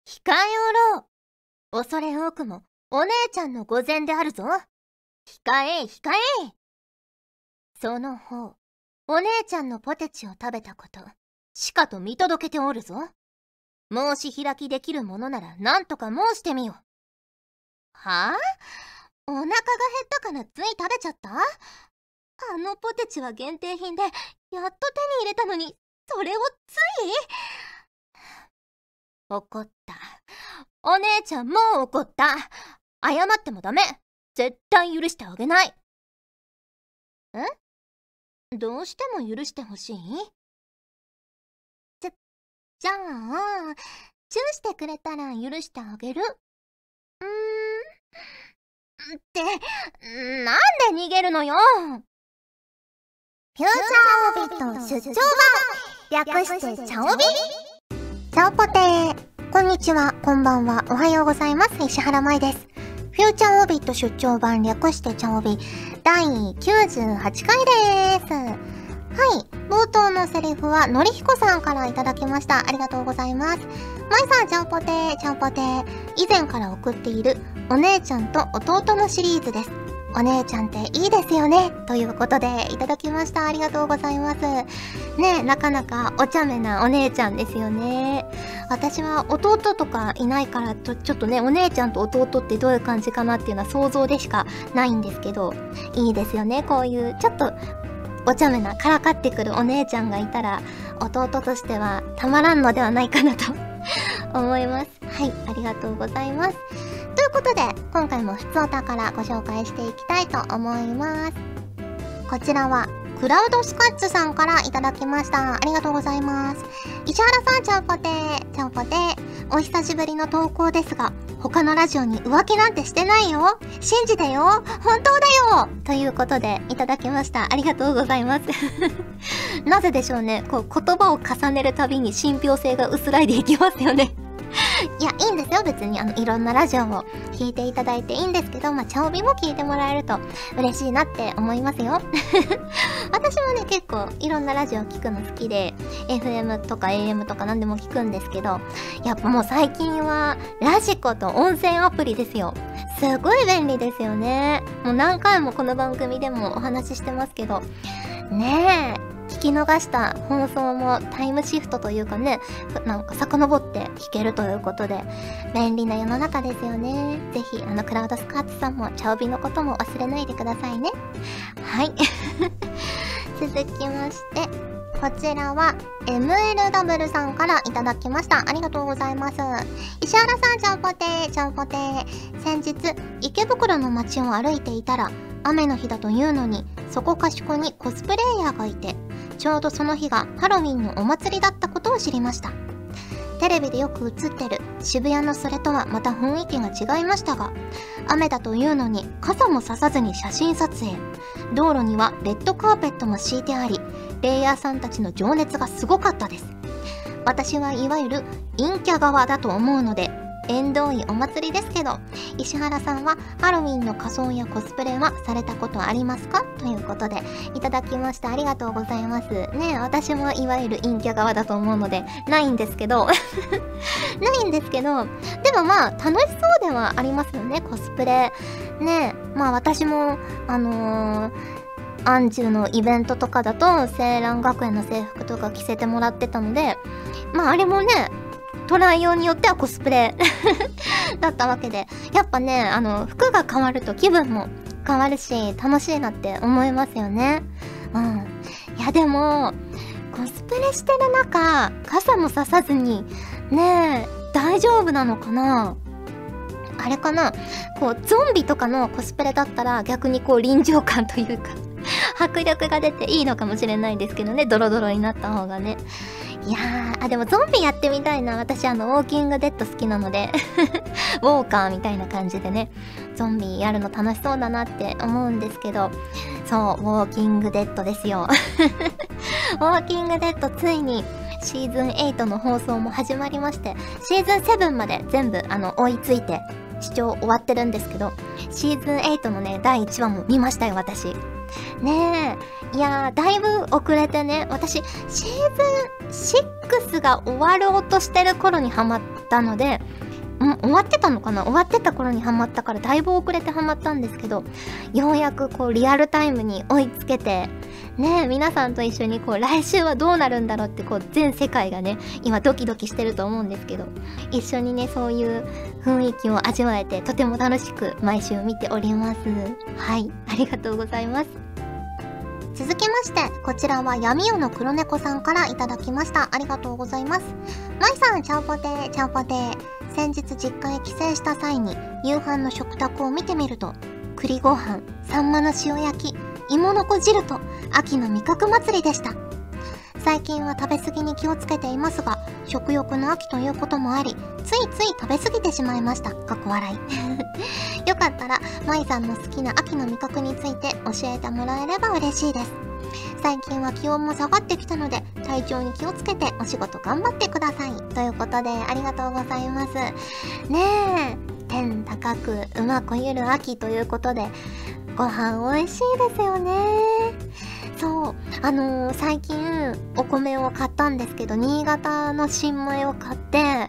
控えおろう。恐れ多くもお姉ちゃんの御前であるぞ。控え。その方、お姉ちゃんのポテチを食べたこと、しかと見届けておるぞ。申し開きできるものなら何とか申してみよ。はあ？お腹が減ったからつい食べちゃった？あのポテチは限定品で、やっと手に入れたのに、それをつい？怒った。お姉ちゃんもう怒った。謝ってもダメ。絶対許してあげない。どうしても許してほしい？じゃあ、チューしてくれたら許してあげる。って、なんで逃げるのよ。 フューチャーオビット出張版、略してチャオビ。チャオポテー、こんにちは、こんばんは、おはようございます。石原舞です。フューチャーオビット出張版、略してチャオビ第98回です。はい、冒頭のセリフはのりひこさんからいただきました。ありがとうございます。まいさん、チャオポテー、チャオポテー。以前から送っているお姉ちゃんと弟のシリーズです。お姉ちゃんっていいですよね、ということでいただきました。ありがとうございます。ね、なかなかお茶目なお姉ちゃんですよね。私は弟とかいないからちょっとね、お姉ちゃんと弟ってどういう感じかなっていうのは想像でしかないんですけど、いいですよね、こういうちょっとお茶目なからかってくるお姉ちゃんがいたら、弟としてはたまらんのではないかなと思います。はい、ありがとうございます。ということで、今回もふつおたからご紹介していきたいと思います。こちらはクラウドスカッツさんからいただきました。ありがとうございます。石原さん、チャオポテー、チャオポテー。お久しぶりの投稿ですが、他のラジオに浮気なんてしてないよ。信じてよ。本当だよ。ということでいただきました。ありがとうございます。なぜでしょうね。こう言葉を重ねるたびに信憑性が薄らいでいきますよね。いや、いいんですよ。別にいろんなラジオを聞いていただいていいんですけど、チャオビも聞いてもらえると嬉しいなって思いますよ。私もね、結構いろんなラジオ聞くの好きで、FM とか AM とか何でも聞くんですけど、やっぱもう最近はラジコと音声アプリですよ。すごい便利ですよね。もう何回もこの番組でもお話ししてますけど、ねえ。聞き逃した放送もタイムシフトというかね、なんか遡って聞けるということで、便利な世の中ですよね。ぜひ、クラウドスカーツさんも、チャオビのことも忘れないでくださいね。はい。続きまして、こちらは、MLW さんからいただきました。ありがとうございます。石原さん、チャオポテー、チャオポテー。先日、池袋の街を歩いていたら、雨の日だというのに、そこかしこにコスプレイヤーがいて、ちょうどその日がハロウィンのお祭りだったことを知りました。テレビでよく映ってる渋谷のそれとはまた雰囲気が違いましたが、雨だというのに傘もささずに写真撮影。道路にはレッドカーペットも敷いてあり、レイヤーさんたちの情熱がすごかったです。私はいわゆる陰キャ側だと思うので、縁遠いお祭りですけど、石原さんはハロウィンの仮装やコスプレはされたことありますか？ということでいただきました。ありがとうございます。ね、私もいわゆる陰キャ側だと思うのでないんですけどないんですけど、でも楽しそうではありますよね、コスプレね。私もアンジュのイベントとかだと青蘭学園の制服とか着せてもらってたので、あれもね、トライ用によってはコスプレだったわけで、やっぱね、服が変わると気分も変わるし、楽しいなって思いますよね。いやでも、コスプレしてる中、傘もささずに、ねえ、大丈夫なのかな？あれかな？こう、ゾンビとかのコスプレだったら逆にこう臨場感というか、迫力が出ていいのかもしれないですけどね、ドロドロになった方がね。いやー、でもゾンビやってみたいな。私ウォーキングデッド好きなのでウォーカーみたいな感じでね、ゾンビやるの楽しそうだなって思うんですけど、そう、ウォーキングデッドですよウォーキングデッドついにシーズン8の放送も始まりまして、シーズン7まで全部追いついて視聴終わってるんですけど、シーズン8のね、第1話も見ましたよ、私。ねえ。いやー、だいぶ遅れてね、私、シーズン6が終わろうとしてる頃にハマったので、終わってたのかな、終わってた頃にハマったからだいぶ遅れてハマったんですけど、ようやくこうリアルタイムに追いつけて、ねえ、皆さんと一緒にこう来週はどうなるんだろうってこう全世界がね、今ドキドキしてると思うんですけど、一緒にね、そういう雰囲気を味わえてとても楽しく毎週見ております。はい、ありがとうございます。 続きまして、こちらは闇夜の黒猫さんからいただきました。ありがとうございます。まいさん、ちゃんぽてー、ちゃんぽてー。先日実家へ帰省した際に夕飯の食卓を見てみると、栗ご飯、サンマの塩焼き、芋の子汁と秋の味覚祭りでした。最近は食べ過ぎに気をつけていますが、食欲の秋ということもあり、ついつい食べ過ぎてしまいました。かっこ笑い。よかったら、まいさんの好きな秋の味覚について教えてもらえれば嬉しいです。最近は気温も下がってきたので、体調に気をつけてお仕事頑張ってください。ということで、ありがとうございます。ねえ、天高く馬こゆる秋ということで、ご飯美味しいですよね。そう、最近お米を買ったんですけど、新潟の新米を買って、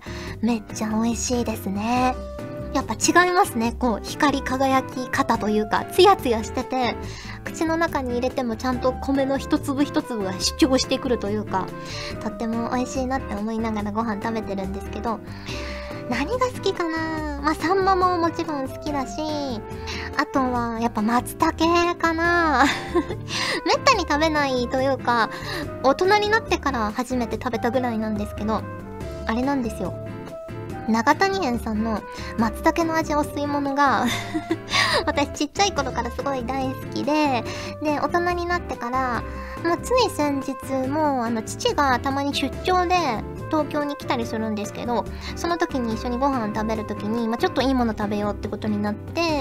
めっちゃ美味しいですね。やっぱ違いますね。こう、光り輝き方というか、ツヤツヤしてて、口の中に入れてもちゃんと米の一粒一粒が主張してくるというか、とっても美味しいなって思いながらご飯食べてるんですけど、何が好きかな。まあ、サンマももちろん好きだし、あとはやっぱ松茸かな。めったに食べないというか、大人になってから初めて食べたぐらいなんですけど、あれなんですよ。長谷園さんの松茸の味お吸い物が私ちっちゃい頃からすごい大好きで、大人になってから、つい先日も父がたまに出張で東京に来たりするんですけど、その時に一緒にご飯食べる時に、ちょっといいもの食べようってことになって、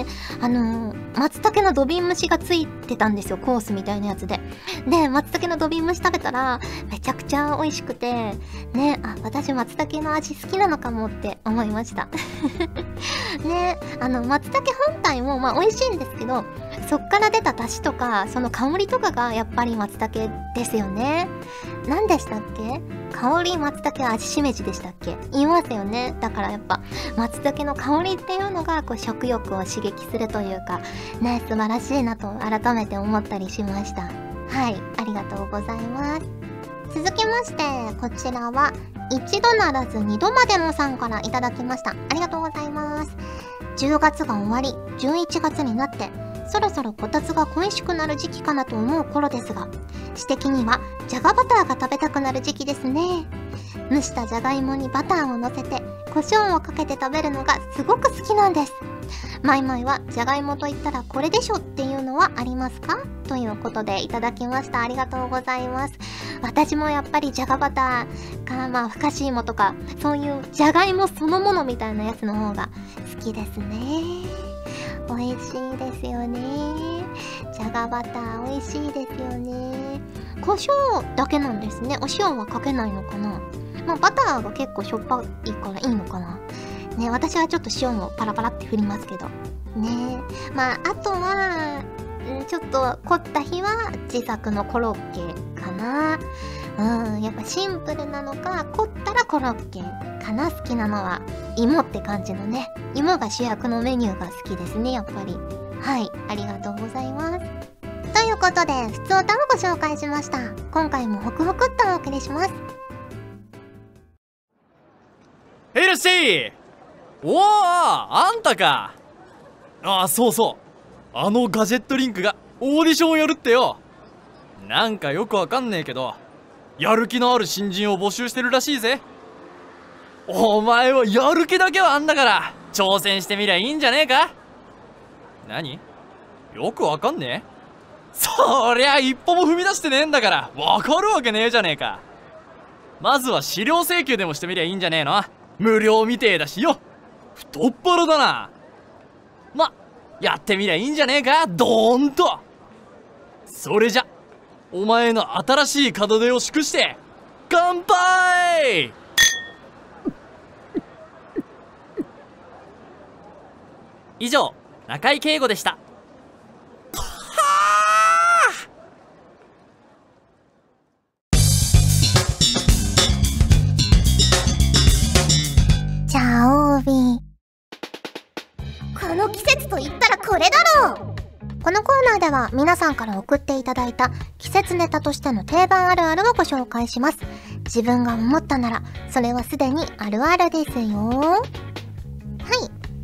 松茸の土瓶蒸しがついてたんですよ、コースみたいなやつで。で、松茸の土瓶蒸し食べたら、めちゃくちゃ美味しくて、ね、あ、私松茸の味好きなのかもって思いました。ね、松茸本体も美味しいんですけど、そっから出た出汁とか、その香りとかがやっぱり松茸ですよね。何でしたっけ？香り松茸味しめじでしたっけ？言いますよね。だからやっぱ松茸の香りっていうのがこう食欲を刺激するというかね、素晴らしいなと改めて思ったりしました。はい、ありがとうございます。続きまして、こちらは一度ならず二度までもさんからいただきました。ありがとうございます。10月が終わり、11月になってそろそろこたつが恋しくなる時期かなと思う頃ですが、私的にはじゃがバターが食べたくなる時期ですね。蒸したじゃがいもにバターを乗せて胡椒をかけて食べるのがすごく好きなんです。マイマイはじゃがいもと言ったらこれでしょっていうのはありますか？ということでいただきました。ありがとうございます。私もやっぱりじゃがバターか、ふかし芋とかそういうじゃがいもそのものみたいなやつの方が好きですね。美味しいですよね。じゃがバター美味しいですよね。胡椒だけなんですね。お塩はかけないのかな。バターが結構しょっぱいからいいのかな。ね、私はちょっと塩もパラパラって振りますけど。ね、あとは、ちょっと凝った日は自作のコロッケかな。やっぱシンプルなのか、凝ったらコロッケかな。好きなのは芋って感じのね。芋が主役のメニューが好きですね、やっぱり。はい、ありがとうございます。ということで、ふつおたをご紹介しました。今回もホクホクっとお送りします。 いらっしゃい。おー、あんたか。ああ、そうそう、ガジェットリンクがオーディションをやるってよ。なんかよくわかんねえけど、やる気のある新人を募集してるらしいぜ。お前はやる気だけはあんだから挑戦してみりゃいいんじゃねえか。何？よくわかんねえ？そりゃ一歩も踏み出してねえんだからわかるわけねえじゃねえか。まずは資料請求でもしてみりゃいいんじゃねえの？無料みてえだしよ。太っ腹だな。やってみりゃいいんじゃねえか、ドーンと。それじゃお前の新しい門出を祝して乾杯。 以上、中井圭吾でした。 チャオビ。 この季節と言ったらこれだろう。 このコーナーでは皆さんから送っていただいた季節ネタとしての定番あるあるをご紹介します。自分が思ったならそれはすでにあるあるですよ。はい、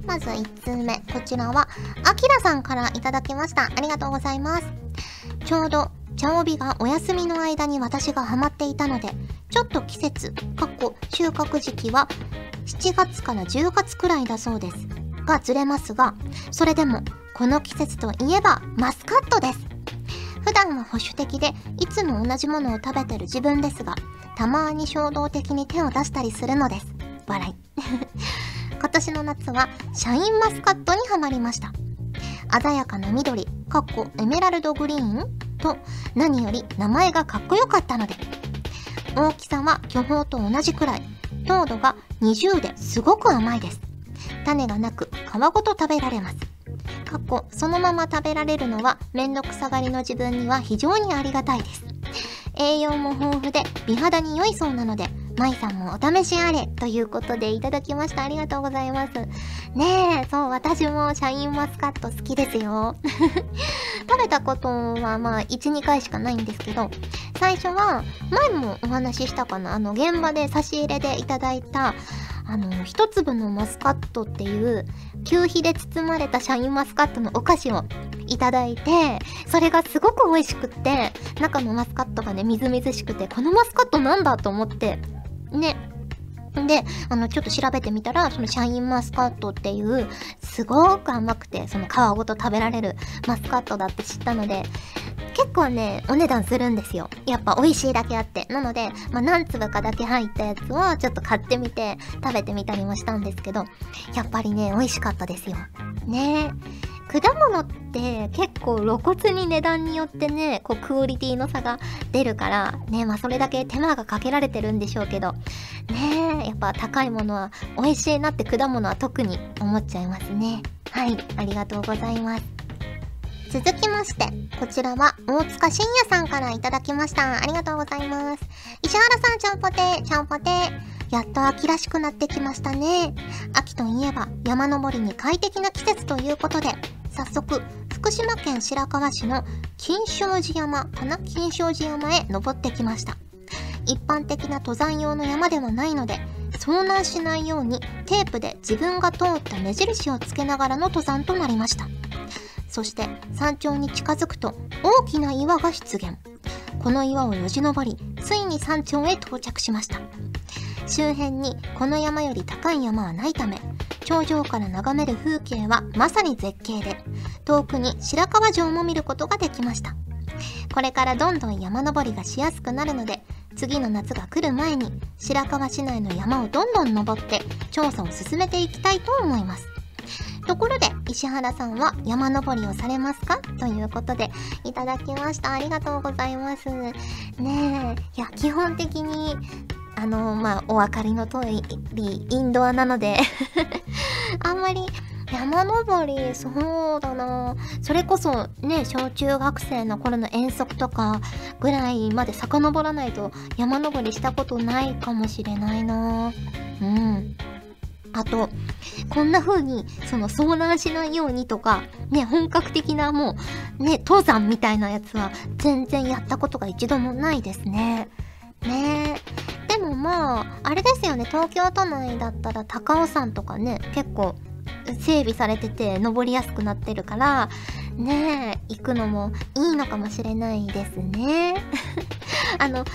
まず1通目、こちらはあきらさんからいただきました。ありがとうございます。ちょうど茶帯がお休みの間に私がハマっていたので、ちょっと季節収穫時期は7月から10月くらいだそうですがずれますが、それでもこの季節といえばマスカットです。普段は保守的でいつも同じものを食べてる自分ですが、たまに衝動的に手を出したりするのです。笑い今年の夏はシャインマスカットにハマりました。鮮やかな緑エメラルドグリーンと、何より名前がかっこよかったので、大きさは巨峰と同じくらい、糖度が20ですごく甘いです。種がなく皮ごと食べられます。そのまま食べられるのはめんどくさがりの自分には非常にありがたいです。栄養も豊富で美肌に良いそうなので、まいさんもお試しあれということでいただきました。ありがとうございます。ねえ、そう、私もシャインマスカット好きですよ。食べたことはまあ 1,2 回しかないんですけど、最初は前もお話ししたかな、現場で差し入れでいただいた一粒のマスカットっていう求肥で包まれたシャインマスカットのお菓子をいただいて、それがすごく美味しくって、中のマスカットがねみずみずしくて、このマスカットなんだと思ってね。で、ちょっと調べてみたら、そのシャインマスカットっていうすごく甘くて、その皮ごと食べられるマスカットだって知ったので、結構ねお値段するんですよ。やっぱ美味しいだけあって。なので、何粒かだけ入ったやつをちょっと買ってみて食べてみたりもしたんですけど、やっぱりね美味しかったですよね。果物って結構露骨に値段によってね、クオリティの差が出るからね、それだけ手間がかけられてるんでしょうけどね、やっぱ高いものは美味しいなって、果物は特に思っちゃいますね。はい、ありがとうございます。続きまして、こちらは大塚信也さんからいただきました。ありがとうございます。石原さん、ちゃんぽてー、ちゃんぽてー。やっと秋らしくなってきましたね。秋といえば山登りに快適な季節ということで、早速福島県白河市の金勝寺山へ登ってきました。一般的な登山用の山ではないので、遭難しないようにテープで自分が通った目印をつけながらの登山となりました。そして山頂に近づくと大きな岩が出現。この岩をよじ登り、ついに山頂へ到着しました。周辺にこの山より高い山はないため、頂上から眺める風景はまさに絶景で、遠くに白川城も見ることができました。これからどんどん山登りがしやすくなるので、次の夏が来る前に白河市内の山をどんどん登って調査を進めていきたいと思います。ところで石原さんは山登りをされますかということでいただきました。ありがとうございます。ねえ、いや基本的にお分かりの通りインドアなのであんまり山登り、そうだな、それこそね、小中学生の頃の遠足とかぐらいまで遡らないと山登りしたことないかもしれないな。あとこんな風に遭難しないようにとかね、本格的なもうね登山みたいなやつは全然やったことが一度もないですね。でもあれですよね、東京都内だったら高尾山とかね、結構整備されてて登りやすくなってるからね、行くのもいいのかもしれないですね。あんまり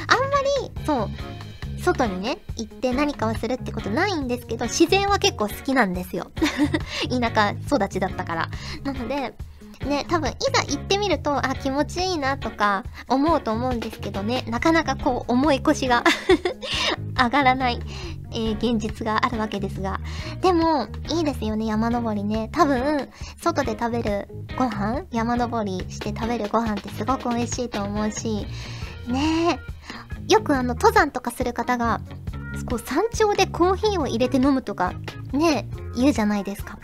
外にね行って何かをするってことないんですけど、自然は結構好きなんですよ。田舎育ちだったから。なのでね、多分いざ行ってみると気持ちいいなとか思うと思うんですけどね、なかなか重い腰が上がらない、現実があるわけですが、でもいいですよね、山登りね。多分外で食べるご飯、山登りして食べるご飯ってすごく美味しいと思うしね。よく登山とかする方が山頂でコーヒーを入れて飲むとかね言うじゃないですか。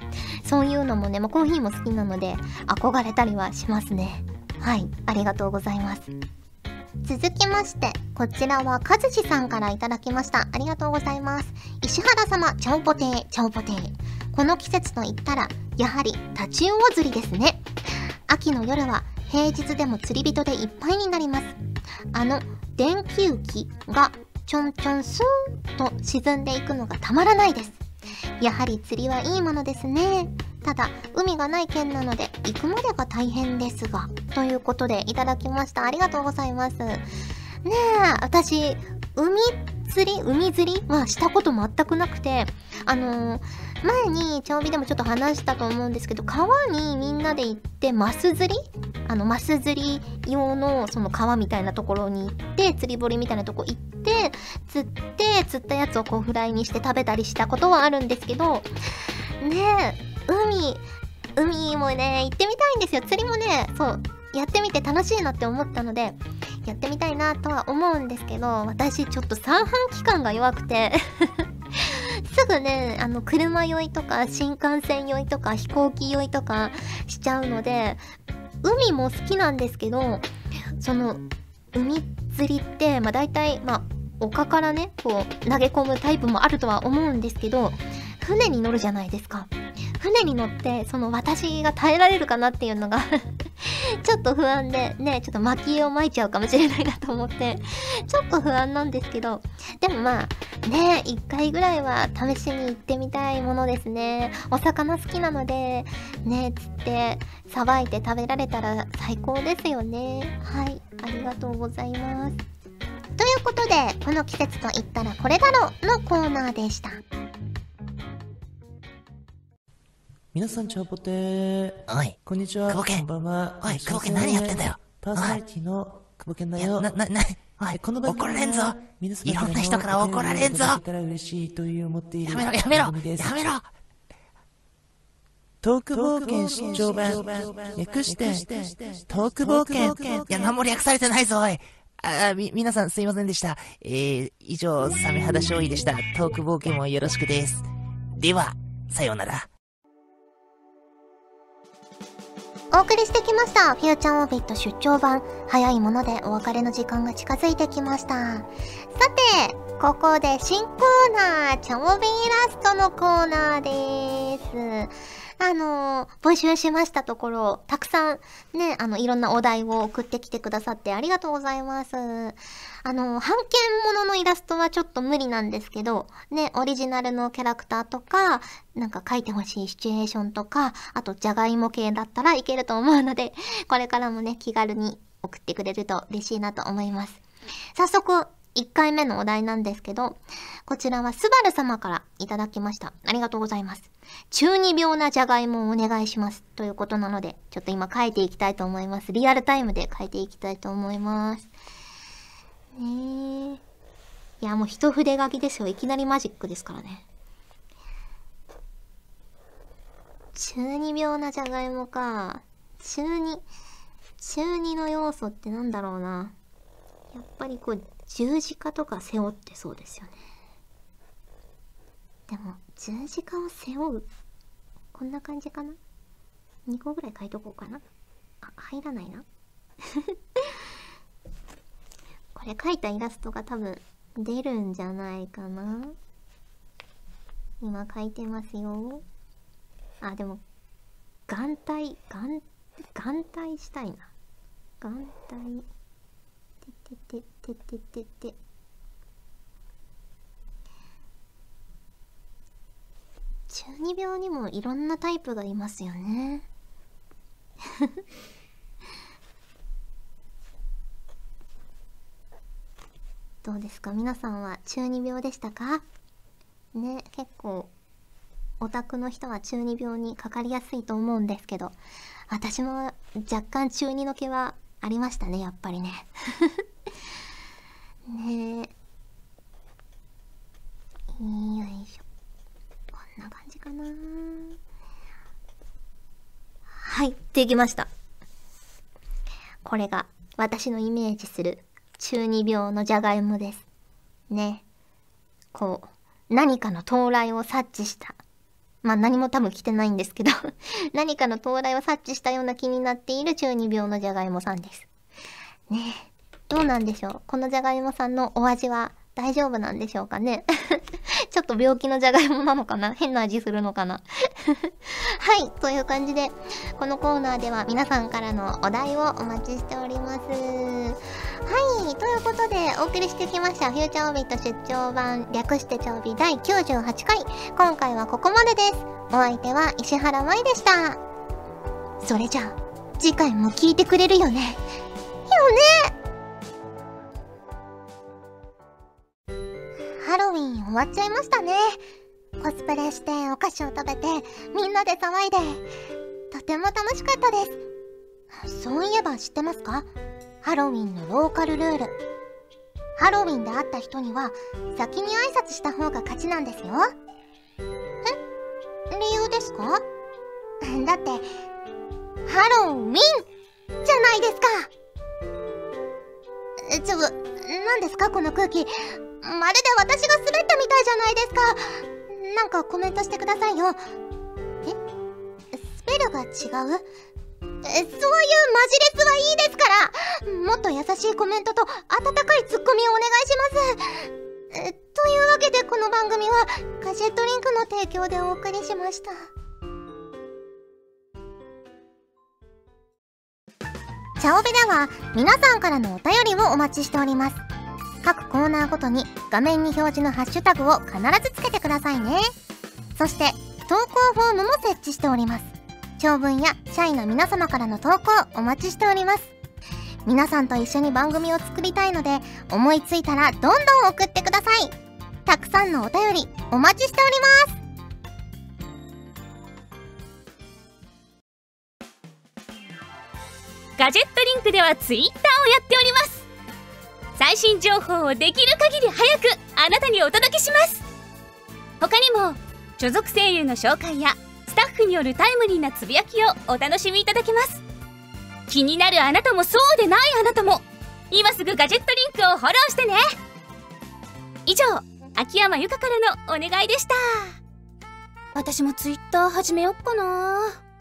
そういうのもね、コーヒーも好きなので憧れたりはしますね。はい、ありがとうございます。続きまして、こちらはかずしさんからいただきました。ありがとうございます。石原様、ちゃんぽてー、ちゃんぽてー。この季節といったらやはりタチウオ釣りですね。秋の夜は平日でも釣り人でいっぱいになります。電球機がちょんちょんスーンと沈んでいくのがたまらないです。やはり釣りはいいものですね。ただ海がない県なので行くまでが大変ですが、ということでいただきました。ありがとうございます。ねえ、私海釣りはしたこと全くなくて、前にチャオビでもちょっと話したと思うんですけど、川にみんなで行ってマス釣り用のその川みたいなところに行って、釣り堀みたいなとこ行って釣ったやつをこうフライにして食べたりしたことはあるんですけどねえ、海もね行ってみたいんですよ。釣りもね、そうやってみて楽しいなって思ったのでやってみたいなとは思うんですけど、私ちょっと三半規管が弱くてすぐね、車酔いとか新幹線酔いとか飛行機酔いとかしちゃうので、海も好きなんですけど、その海釣りって大体丘からねこう投げ込むタイプもあるとは思うんですけど、船に乗るじゃないですか。船に乗ってその私が耐えられるかなっていうのがちょっと不安でね、ちょっと薪を撒いちゃうかもしれないなと思ってちょっと不安なんですけど、でもね、一回ぐらいは試しに行ってみたいものですね。お魚好きなのでね、釣ってさばいて食べられたら最高ですよね。はい、ありがとうございます。ということで、この季節と言ったらこれだろうのコーナーでした。 皆さん、チャオポテー。 おい、 こんにちは。 久保健。 こんばんは。 おい、久保健何やってんだよ。 パーソナリティの久保健だよ。 おい、 この番組怒られんぞ。 皆様いろんな人から怒られんぞ。 や嬉しいという思っているやめろ。 トーク冒険出張版。略して、トーク冒険。 いや、何も略されてないぞ、おい。皆さんすいませんでした。以上、サメ肌少尉でした。トーク冒険もよろしくです。では、さようなら。 お送りしてきましたフューチャーオービット出張版。早いものでお別れの時間が近づいてきました。さて、ここで新コーナー、チャオビイラストのコーナーです。募集しましたところ、たくさんね、いろんなお題を送ってきてくださってありがとうございます。版権もののイラストはちょっと無理なんですけど、ね、オリジナルのキャラクターとか、なんか書いてほしいシチュエーションとか、あとじゃがいも系だったらいけると思うので、これからもね、気軽に送ってくれると嬉しいなと思います。早速、1回目のお題なんですけど、こちらはスバル様からいただきました。ありがとうございます。中二病なじゃがいもをお願いします。ということなので、ちょっと今書いていきたいと思います。リアルタイムで書いていきたいと思います。いや、もう一筆書きですよ。いきなりマジックですからね。中二病なじゃがいもか。中二の要素ってなんだろうな。やっぱりこう、十字架とか背負ってそうですよね。でも十字架を背負う、こんな感じかな。2個ぐらい書いとこうかな。入らないなこれ書いたイラストが多分出るんじゃないかな。今書いてますよ。でも眼帯したいな。眼帯て中二病にもいろんなタイプがいますよねどうですか、皆さんは中二病でしたかね。結構オタクの人は中二病にかかりやすいと思うんですけど、私も若干中二の毛はありましたね、やっぱりねねえ、よいしょ、こんな感じかな。はい、できました。これが私のイメージする中二病のじゃがいもですね。こう何かの到来を察知したまあ何も多分来てないんですけど何かの到来を察知したような気になっている中二病のじゃがいもさんです。ねえ、どうなんでしょう。このじゃがいもさんのお味は大丈夫なんでしょうかねちょっと病気のじゃがいもなのかな、変な味するのかなはい、という感じで、このコーナーでは皆さんからのお題をお待ちしております。はい、ということでお送りしてきましたフューチャーオビット出張版略してちょうび第98回。今回はここまでです。お相手は石原舞でした。それじゃあ次回も聞いてくれるよね。ハロウィン終わっちゃいましたね。コスプレしてお菓子を食べてみんなで騒いでとても楽しかったです。そういえば知ってますか？ハロウィンのローカルルール。ハロウィンで会った人には先に挨拶した方が勝ちなんですよ。理由ですか？だってハロウィンじゃないですか。何ですかこの空気。まるで私が滑ったみたいじゃないですか。なんかコメントしてくださいよ。スペルが違う？そういうマジレスはいいですから。もっと優しいコメントと温かいツッコミをお願いします。というわけでこの番組はガジェットリンクの提供でお送りしました。チャオベでは皆さんからのお便りをお待ちしております。各コーナーごとに画面に表示のハッシュタグを必ずつけてくださいね。そして投稿フォームも設置しております。長文や社員の皆様からの投稿お待ちしております。皆さんと一緒に番組を作りたいので、思いついたらどんどん送ってください。たくさんのお便りお待ちしております。 ガジェットリンクではツイッターをやっております。最新情報をできる限り早くあなたにお届けします。他にも所属声優の紹介やスタッフによるタイムリーなつぶやきをお楽しみいただけます。気になるあなたもそうでないあなたも今すぐガジェットリンクをフォローしてね。以上、秋山由佳からのお願いでした。私もツイッター始めよっかな。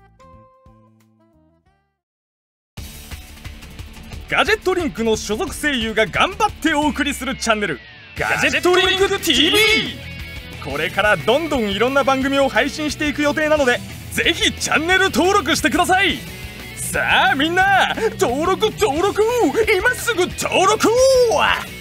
ガジェットリンクの所属声優が頑張ってお送りするチャンネルガジェットリンク TV。 これからどんどんいろんな番組を配信していく予定なので、ぜひチャンネル登録してください。さあみんな登録今すぐ登録